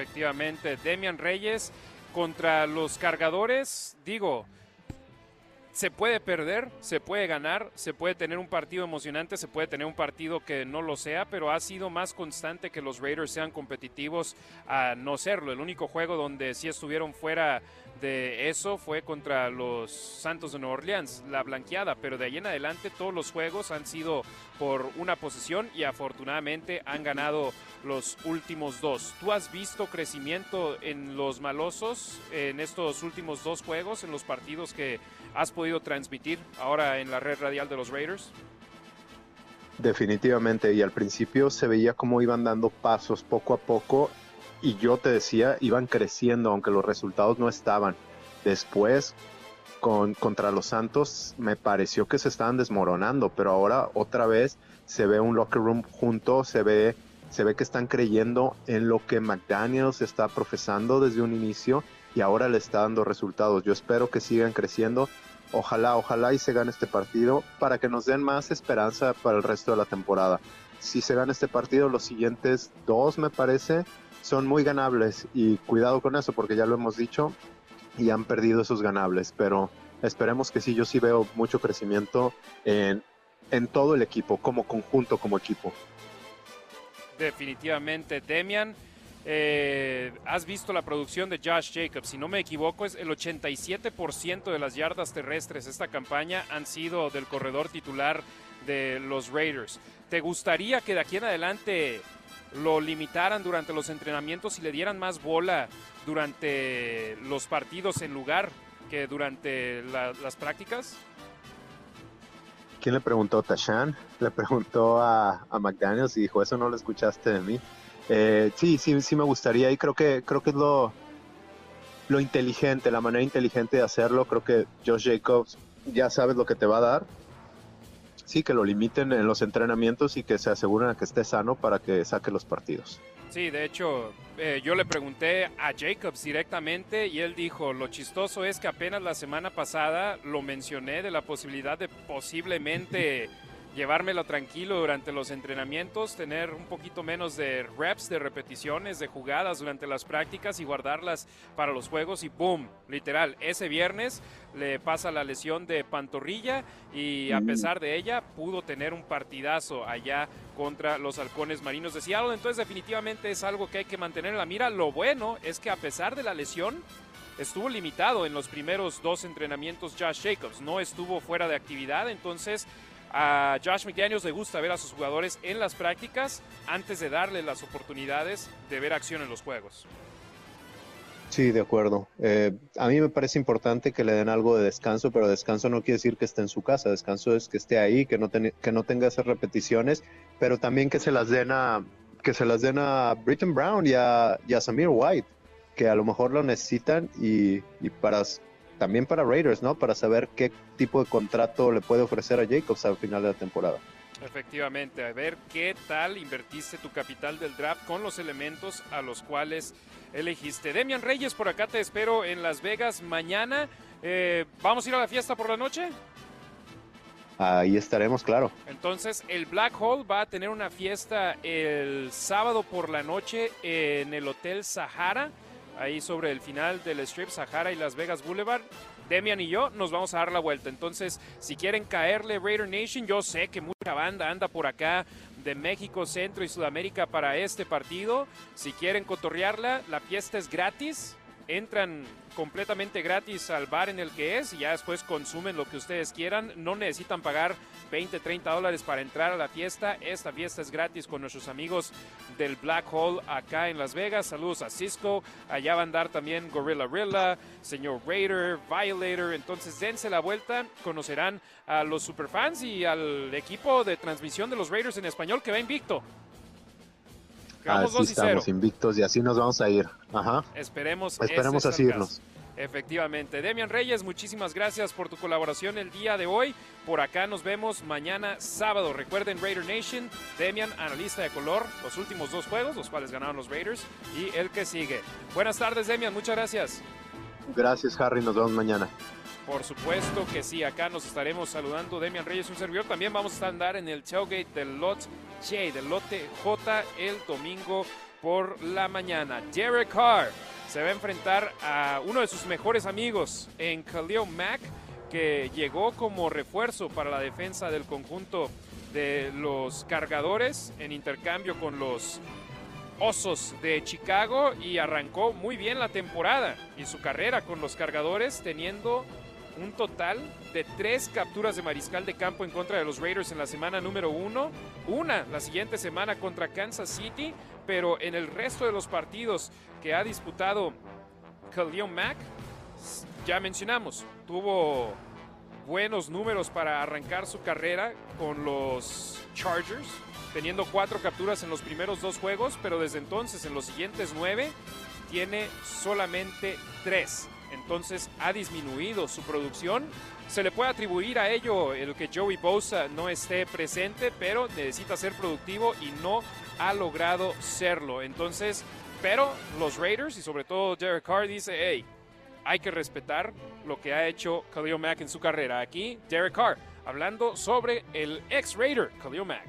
Efectivamente, Demian Reyes contra los Cargadores, digo, se puede perder, se puede ganar, se puede tener un partido emocionante, se puede tener un partido que no lo sea, pero ha sido más constante que los Raiders sean competitivos a no serlo. El único juego donde sí estuvieron fuera de eso fue contra los Santos de Nueva Orleans, la blanqueada, pero de ahí en adelante todos los juegos han sido por una posesión y afortunadamente han ganado los últimos dos. ¿Tú has visto crecimiento en los malosos en estos últimos dos juegos, en los partidos que has podido transmitir ahora en la red radial de los Raiders? Definitivamente, y al principio se veía cómo iban dando pasos poco a poco, y yo te decía, iban creciendo, aunque los resultados no estaban. Después, con, contra los Santos, me pareció que se estaban desmoronando, pero ahora otra vez se ve un locker room junto, se ve, se ve que están creyendo en lo que McDaniels está profesando desde un inicio, y ahora le está dando resultados. Yo espero que sigan creciendo. Ojalá, ojalá y se gane este partido para que nos den más esperanza para el resto de la temporada. Si se gana este partido, los siguientes dos, me parece, son muy ganables. Y cuidado con eso, porque ya lo hemos dicho y han perdido esos ganables. Pero esperemos que sí, yo sí veo mucho crecimiento en, en todo el equipo, como conjunto, como equipo. Definitivamente, Demian. Eh, has visto la producción de Josh Jacobs, si no me equivoco es el ochenta y siete por ciento de las yardas terrestres esta campaña han sido del corredor titular de los Raiders. ¿Te gustaría que de aquí en adelante lo limitaran durante los entrenamientos y le dieran más bola durante los partidos en lugar que durante la, las prácticas? ¿Quién le preguntó? ¿Tashan? Le preguntó a, a McDaniels y dijo, eso no lo escuchaste de mí. Eh, sí, sí, sí me gustaría, y creo que creo que es lo, lo inteligente, la manera inteligente de hacerlo. Creo que Josh Jacobs ya sabes lo que te va a dar. Sí, que lo limiten en los entrenamientos y que se aseguren de que esté sano para que saque los partidos. Sí, de hecho, eh, yo le pregunté a Jacobs directamente y él dijo, lo chistoso es que apenas la semana pasada lo mencioné de la posibilidad de posiblemente llevármelo tranquilo durante los entrenamientos, tener un poquito menos de reps, de repeticiones, de jugadas durante las prácticas y guardarlas para los juegos, y boom, literal, ese viernes le pasa la lesión de pantorrilla y a pesar de ella pudo tener un partidazo allá contra los Halcones Marinos de Seattle. Entonces definitivamente es algo que hay que mantener en la mira. Lo bueno es que a pesar de la lesión estuvo limitado en los primeros dos entrenamientos Josh Jacobs, no estuvo fuera de actividad. Entonces a Josh McDaniels le gusta ver a sus jugadores en las prácticas antes de darle las oportunidades de ver acción en los juegos. Sí, de acuerdo. Eh, a mí me parece importante que le den algo de descanso, pero descanso no quiere decir que esté en su casa. Descanso es que esté ahí, que no, ten, que no tenga esas repeticiones, pero también que se las den a, que se las den a Britton Brown y a, y a Samir White, que a lo mejor lo necesitan, y, y para... también para Raiders, ¿no? Para saber qué tipo de contrato le puede ofrecer a Jacobs al final de la temporada. Efectivamente, a ver qué tal invertiste tu capital del draft con los elementos a los cuales elegiste. Demian Reyes, por acá te espero en Las Vegas mañana. Eh, ¿Vamos a ir a la fiesta por la noche? Ahí estaremos, claro. Entonces, el Black Hole va a tener una fiesta el sábado por la noche en el Hotel Sahara, ahí sobre el final del Strip, Sahara y Las Vegas Boulevard. Demian y yo nos vamos a dar la vuelta. Entonces, si quieren caerle Raider Nation, yo sé que mucha banda anda por acá de México, Centro y Sudamérica para este partido. Si quieren cotorrearla, la fiesta es gratis. Entran completamente gratis al bar en el que es y ya después consumen lo que ustedes quieran. No necesitan pagar veinte, treinta dólares para entrar a la fiesta. Esta fiesta es gratis con nuestros amigos del Black Hole acá en Las Vegas. Saludos a Cisco. Allá va a andar también Gorilla Rilla, Señor Raider, Violator. Entonces dense la vuelta. Conocerán a los superfans y al equipo de transmisión de los Raiders en español que va invicto. Así dos y estamos cero. Invictos y así nos vamos a ir. Ajá. Esperemos, Esperemos así irnos. Efectivamente. Demian Reyes, muchísimas gracias por tu colaboración el día de hoy. Por acá nos vemos mañana sábado. Recuerden, Raider Nation, Demian, analista de color, los últimos dos juegos, los cuales ganaron los Raiders, y el que sigue. Buenas tardes, Demian, muchas gracias. Gracias, Harry, nos vemos mañana. Por supuesto que sí, acá nos estaremos saludando. Demian Reyes, un servidor. También vamos a andar en el tailgate del Lot J, del lote J, el domingo por la mañana. Derek Carr se va a enfrentar a uno de sus mejores amigos en Khalil Mack, que llegó como refuerzo para la defensa del conjunto de los Cargadores en intercambio con los Osos de Chicago y arrancó muy bien la temporada y su carrera con los Cargadores, teniendo un total de tres capturas de mariscal de campo en contra de los Raiders en la semana número uno, una la siguiente semana contra Kansas City, pero en el resto de los partidos que ha disputado Khalil Mack, ya mencionamos, tuvo buenos números para arrancar su carrera con los Chargers, teniendo cuatro capturas en los primeros dos juegos, pero desde entonces en los siguientes nueve tiene solamente tres. Entonces ha disminuido su producción. Se le puede atribuir a ello el que Joey Bosa no esté presente, pero necesita ser productivo y no ha logrado serlo. Entonces, pero los Raiders y sobre todo Derek Carr dice, hey, hay que respetar lo que ha hecho Khalil Mack en su carrera. Aquí Derek Carr hablando sobre el ex-Raider Khalil Mack.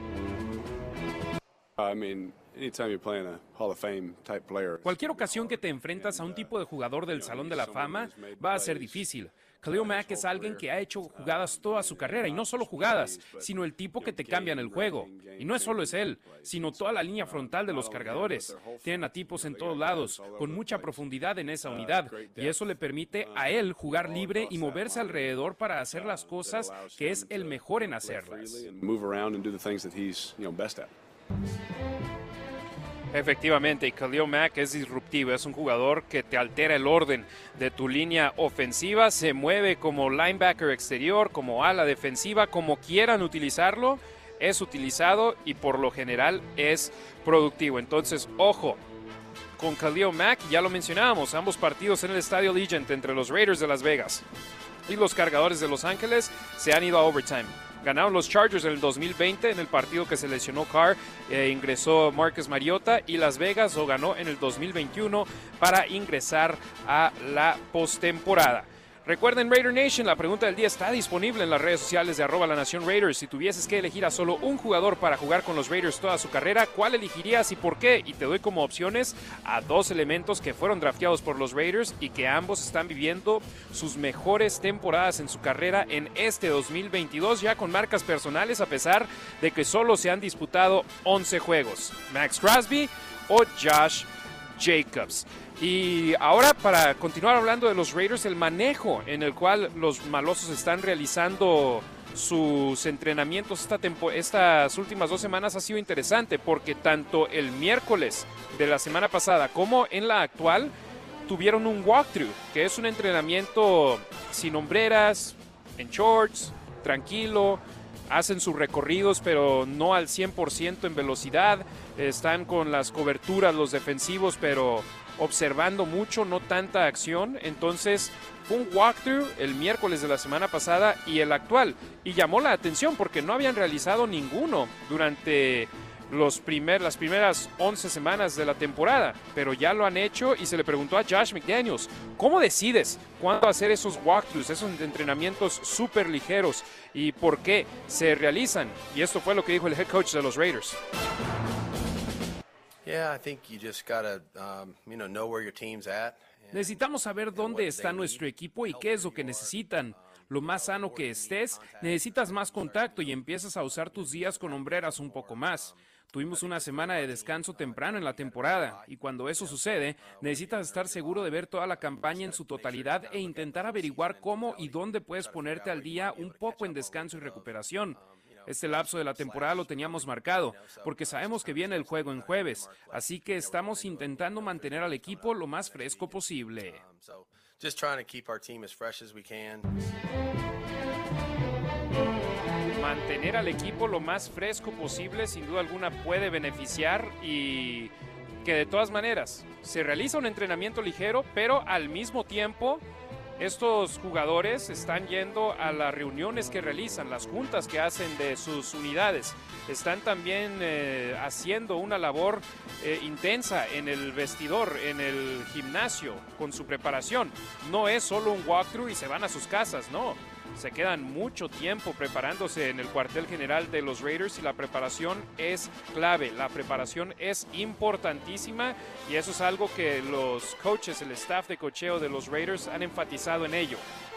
I mean, anytime you're playing a Hall of Fame type player. Cualquier ocasión que te enfrentas a un tipo de jugador del Salón de la Fama va a ser difícil. Khalil Mack es alguien que ha hecho jugadas toda su carrera, y no solo jugadas, sino el tipo que te cambian el juego. Y no es solo es él, sino toda la línea frontal de los Cargadores. Tienen a tipos en todos lados, con mucha profundidad en esa unidad, y eso le permite a él jugar libre y moverse alrededor para hacer las cosas que es el mejor en hacerlas. Efectivamente, Khalil Mack es disruptivo, es un jugador que te altera el orden de tu línea ofensiva, se mueve como linebacker exterior, como ala defensiva, como quieran utilizarlo, es utilizado y por lo general es productivo. Entonces, ojo con Khalil Mack, ya lo mencionábamos, ambos partidos en el Estadio Allegiant entre los Raiders de Las Vegas y los Cargadores de Los Ángeles se han ido a overtime. Ganaron los Chargers en el dos mil veinte en el partido que se lesionó Carr, eh, ingresó Marcus Mariota, y Las Vegas lo ganó en el dos mil veintiuno para ingresar a la postemporada. Recuerden, Raider Nation, la pregunta del día está disponible en las redes sociales de arroba la Nación Raiders. Si tuvieses que elegir a solo un jugador para jugar con los Raiders toda su carrera, ¿cuál elegirías y por qué? Y te doy como opciones a dos elementos que fueron drafteados por los Raiders y que ambos están viviendo sus mejores temporadas en su carrera en este dos mil veintidós, ya con marcas personales a pesar de que solo se han disputado once juegos. Max Crosby o Josh Jacobs. Y ahora, para continuar hablando de los Raiders, el manejo en el cual los malosos están realizando sus entrenamientos esta tempo- estas últimas dos semanas ha sido interesante, porque tanto el miércoles de la semana pasada como en la actual tuvieron un walkthrough, que es un entrenamiento sin hombreras, en shorts, tranquilo. Hacen sus recorridos, pero no al cien por ciento en velocidad. Están con las coberturas los defensivos, pero observando mucho, no tanta acción. Entonces fue un walkthrough el miércoles de la semana pasada y el actual, y llamó la atención porque no habían realizado ninguno durante los primer, las primeras once semanas de la temporada, pero ya lo han hecho. Y se le preguntó a Josh McDaniels, ¿cómo decides cuándo hacer esos walkthroughs, esos entrenamientos súper ligeros, y por qué se realizan? Y esto fue lo que dijo el head coach de los Raiders. Necesitamos saber dónde está nuestro equipo y qué es lo que necesitan. Lo más sano que estés, necesitas más contacto y empiezas a usar tus días con hombreras un poco más. Tuvimos una semana de descanso temprano en la temporada, y cuando eso sucede, necesitas estar seguro de ver toda la campaña en su totalidad e intentar averiguar cómo y dónde puedes ponerte al día un poco en descanso y recuperación. Este lapso de la temporada lo teníamos marcado, porque sabemos que viene el juego en jueves, así que estamos intentando mantener al equipo lo más fresco posible. Mantener al equipo lo más fresco posible sin duda alguna puede beneficiar, y que de todas maneras se realiza un entrenamiento ligero, pero al mismo tiempo estos jugadores están yendo a las reuniones que realizan, las juntas que hacen de sus unidades. Están también eh, haciendo una labor eh, intensa en el vestidor, en el gimnasio, con su preparación. No es solo un walkthrough y se van a sus casas, no. Se quedan mucho tiempo preparándose en el cuartel general de los Raiders, y la preparación es clave, la preparación es importantísima, y eso es algo que los coaches, el staff de coacheo de los Raiders han enfatizado en ello.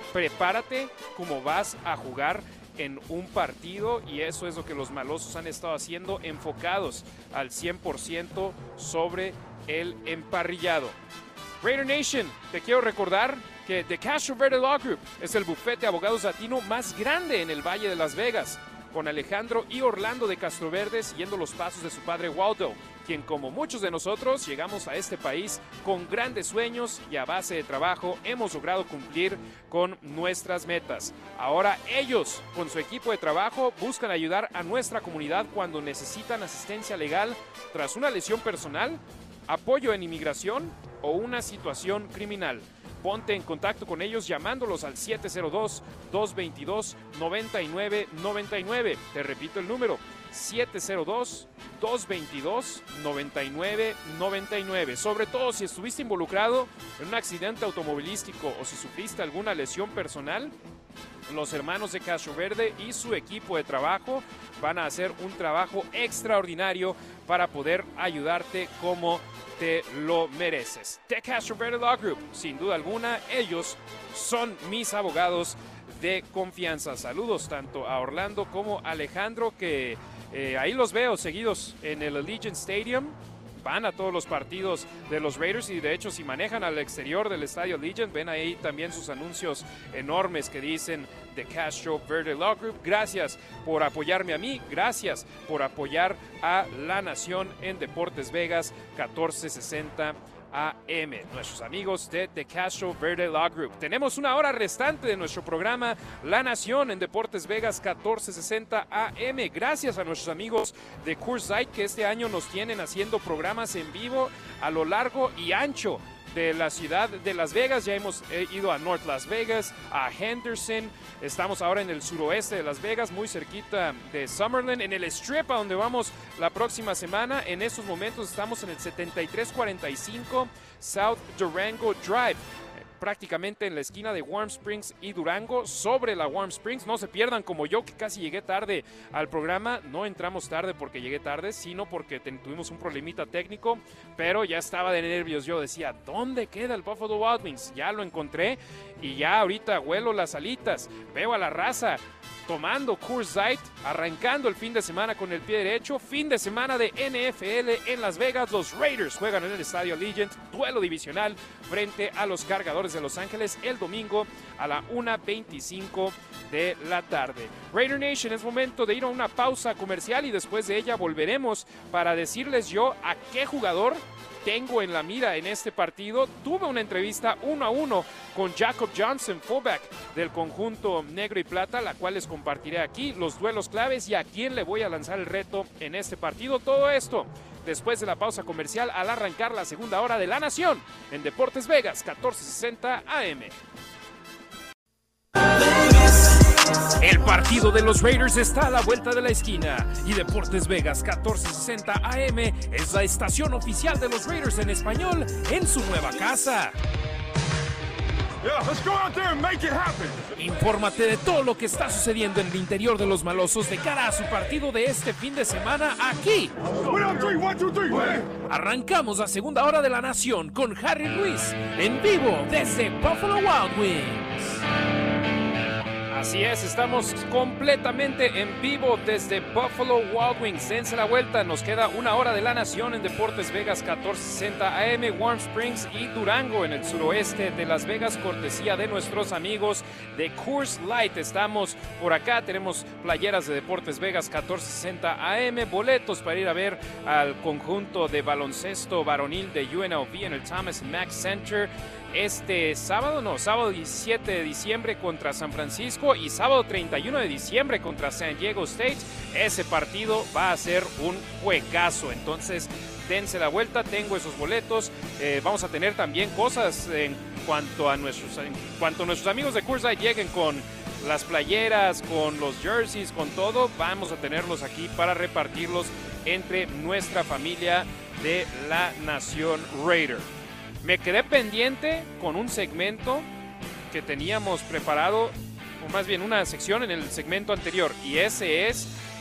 prepárate como vas a jugar en un partido, y eso es lo que los malosos han estado haciendo, enfocados al cien por ciento sobre el emparrillado. Raider Nation, te quiero recordar que The Castro Verde Law Group es el bufete de abogados latino más grande en el Valle de Las Vegas, con Alejandro y Orlando de Castroverde siguiendo los pasos de su padre Waldo, quien como muchos de nosotros llegamos a este país con grandes sueños y a base de trabajo hemos logrado cumplir con nuestras metas. Ahora ellos, con su equipo de trabajo, buscan ayudar a nuestra comunidad cuando necesitan asistencia legal tras una lesión personal, apoyo en inmigración o una situación criminal. Ponte en contacto con ellos llamándolos al siete cero dos, dos dos dos, nueve nueve nueve nueve. Te repito el número, siete cero dos, dos dos dos, nueve nueve nueve nueve. Sobre todo si estuviste involucrado en un accidente automovilístico o si sufriste alguna lesión personal, los hermanos de Castroverde y su equipo de trabajo van a hacer un trabajo extraordinario para poder ayudarte como te lo mereces. The Castroverde Law Group, sin duda alguna, ellos son mis abogados de confianza. Saludos tanto a Orlando como a Alejandro, que eh, ahí los veo seguidos en el Allegiant Stadium. Van a todos los partidos de los Raiders y de hecho si manejan al exterior del estadio Allegiant ven ahí también sus anuncios enormes que dicen The Castroverde Law Group. Gracias por apoyarme a mí, gracias por apoyar a la nación en Deportes Vegas catorce sesenta A M, nuestros amigos de The Castroverde Law Group. Tenemos una hora restante de nuestro programa La Nación en Deportes Vegas catorce sesenta A M. Gracias a nuestros amigos de Coors Light que este año nos tienen haciendo programas en vivo a lo largo y ancho de la ciudad de Las Vegas. Ya hemos eh, ido a North Las Vegas, a Henderson, estamos ahora en el suroeste de Las Vegas, muy cerquita de Summerlin, en el Strip a donde vamos la próxima semana. En estos momentos estamos en el setenta y tres cuarenta y cinco South Durango Drive, prácticamente en la esquina de Warm Springs y Durango, sobre la Warm Springs. No se pierdan como yo, que casi llegué tarde al programa. No entramos tarde porque llegué tarde, sino porque tuvimos un problemita técnico, pero ya estaba de nervios. Yo decía, ¿dónde queda el Buffalo Wild Wings? Ya lo encontré y ya ahorita huelo las alitas, veo a la raza tomando Coors Light, arrancando el fin de semana con el pie derecho. Fin de semana de N F L en Las Vegas. Los Raiders juegan en el estadio Allegiant, duelo divisional frente a los Cargadores de Los Ángeles el domingo a la una veinticinco de la tarde. Raider Nation, es momento de ir a una pausa comercial y después de ella volveremos para decirles yo a qué jugador tengo en la mira en este partido. Tuve una entrevista uno a uno con Jacob Johnson, fullback del conjunto negro y plata, la cual les compartiré aquí, los duelos claves y a quién le voy a lanzar el reto en este partido. Todo esto después de la pausa comercial al arrancar la segunda hora de La Nación en Deportes Vegas catorce sesenta A M. El partido de los Raiders está a la vuelta de la esquina y Deportes Vegas catorce sesenta A M es la estación oficial de los Raiders en español en su nueva casa. Yeah, let's go out there and make it happen. Infórmate de todo lo que está sucediendo en el interior de los malosos de cara a su partido de este fin de semana aquí. Arrancamos la segunda hora de La Nación con Harry Ruiz en vivo desde Buffalo Wild Wings. Así es, estamos completamente en vivo desde Buffalo Wild Wings. Dense la vuelta, nos queda una hora de La Nación en Deportes Vegas catorce sesenta A M, Warm Springs y Durango en el suroeste de Las Vegas, cortesía de nuestros amigos de Coors Light. Estamos por acá, tenemos playeras de Deportes Vegas catorce sesenta A M, boletos para ir a ver al conjunto de baloncesto varonil de U N L V en el Thomas and Mack Center este sábado, no, sábado diecisiete de diciembre contra San Francisco y sábado treinta y uno de diciembre contra San Diego State. Ese partido va a ser un juegazo, entonces dense la vuelta, tengo esos boletos. Eh, vamos a tener también cosas en cuanto a nuestros, en cuanto a nuestros amigos de Coors Light lleguen con las playeras, con los jerseys, con todo, vamos a tenerlos aquí para repartirlos entre nuestra familia de La Nación Raider. Me quedé pendiente con un segmento que teníamos preparado, o más bien una sección en el segmento anterior, y ese es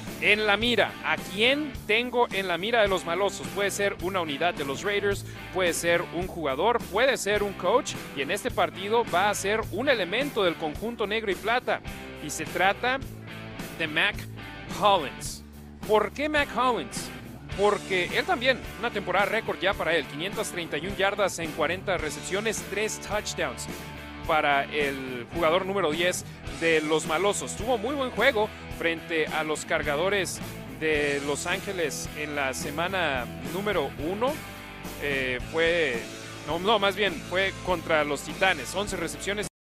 En la mira, ¿a quién tengo en la mira de los malosos? Puede ser una unidad de los Raiders, puede ser un jugador, puede ser un coach, y en este partido va a ser un elemento del conjunto negro y plata. Y se trata de Mack Hollins. ¿Por qué Mack Hollins? Porque él también, una temporada récord ya para él, quinientas treinta y una yardas en cuarenta recepciones, tres touchdowns para el jugador número diez de los malosos. Tuvo muy buen juego frente a los Cargadores de Los Ángeles en la semana número uno. Eh, fue, no, no, más bien fue contra los Titanes, once recepciones.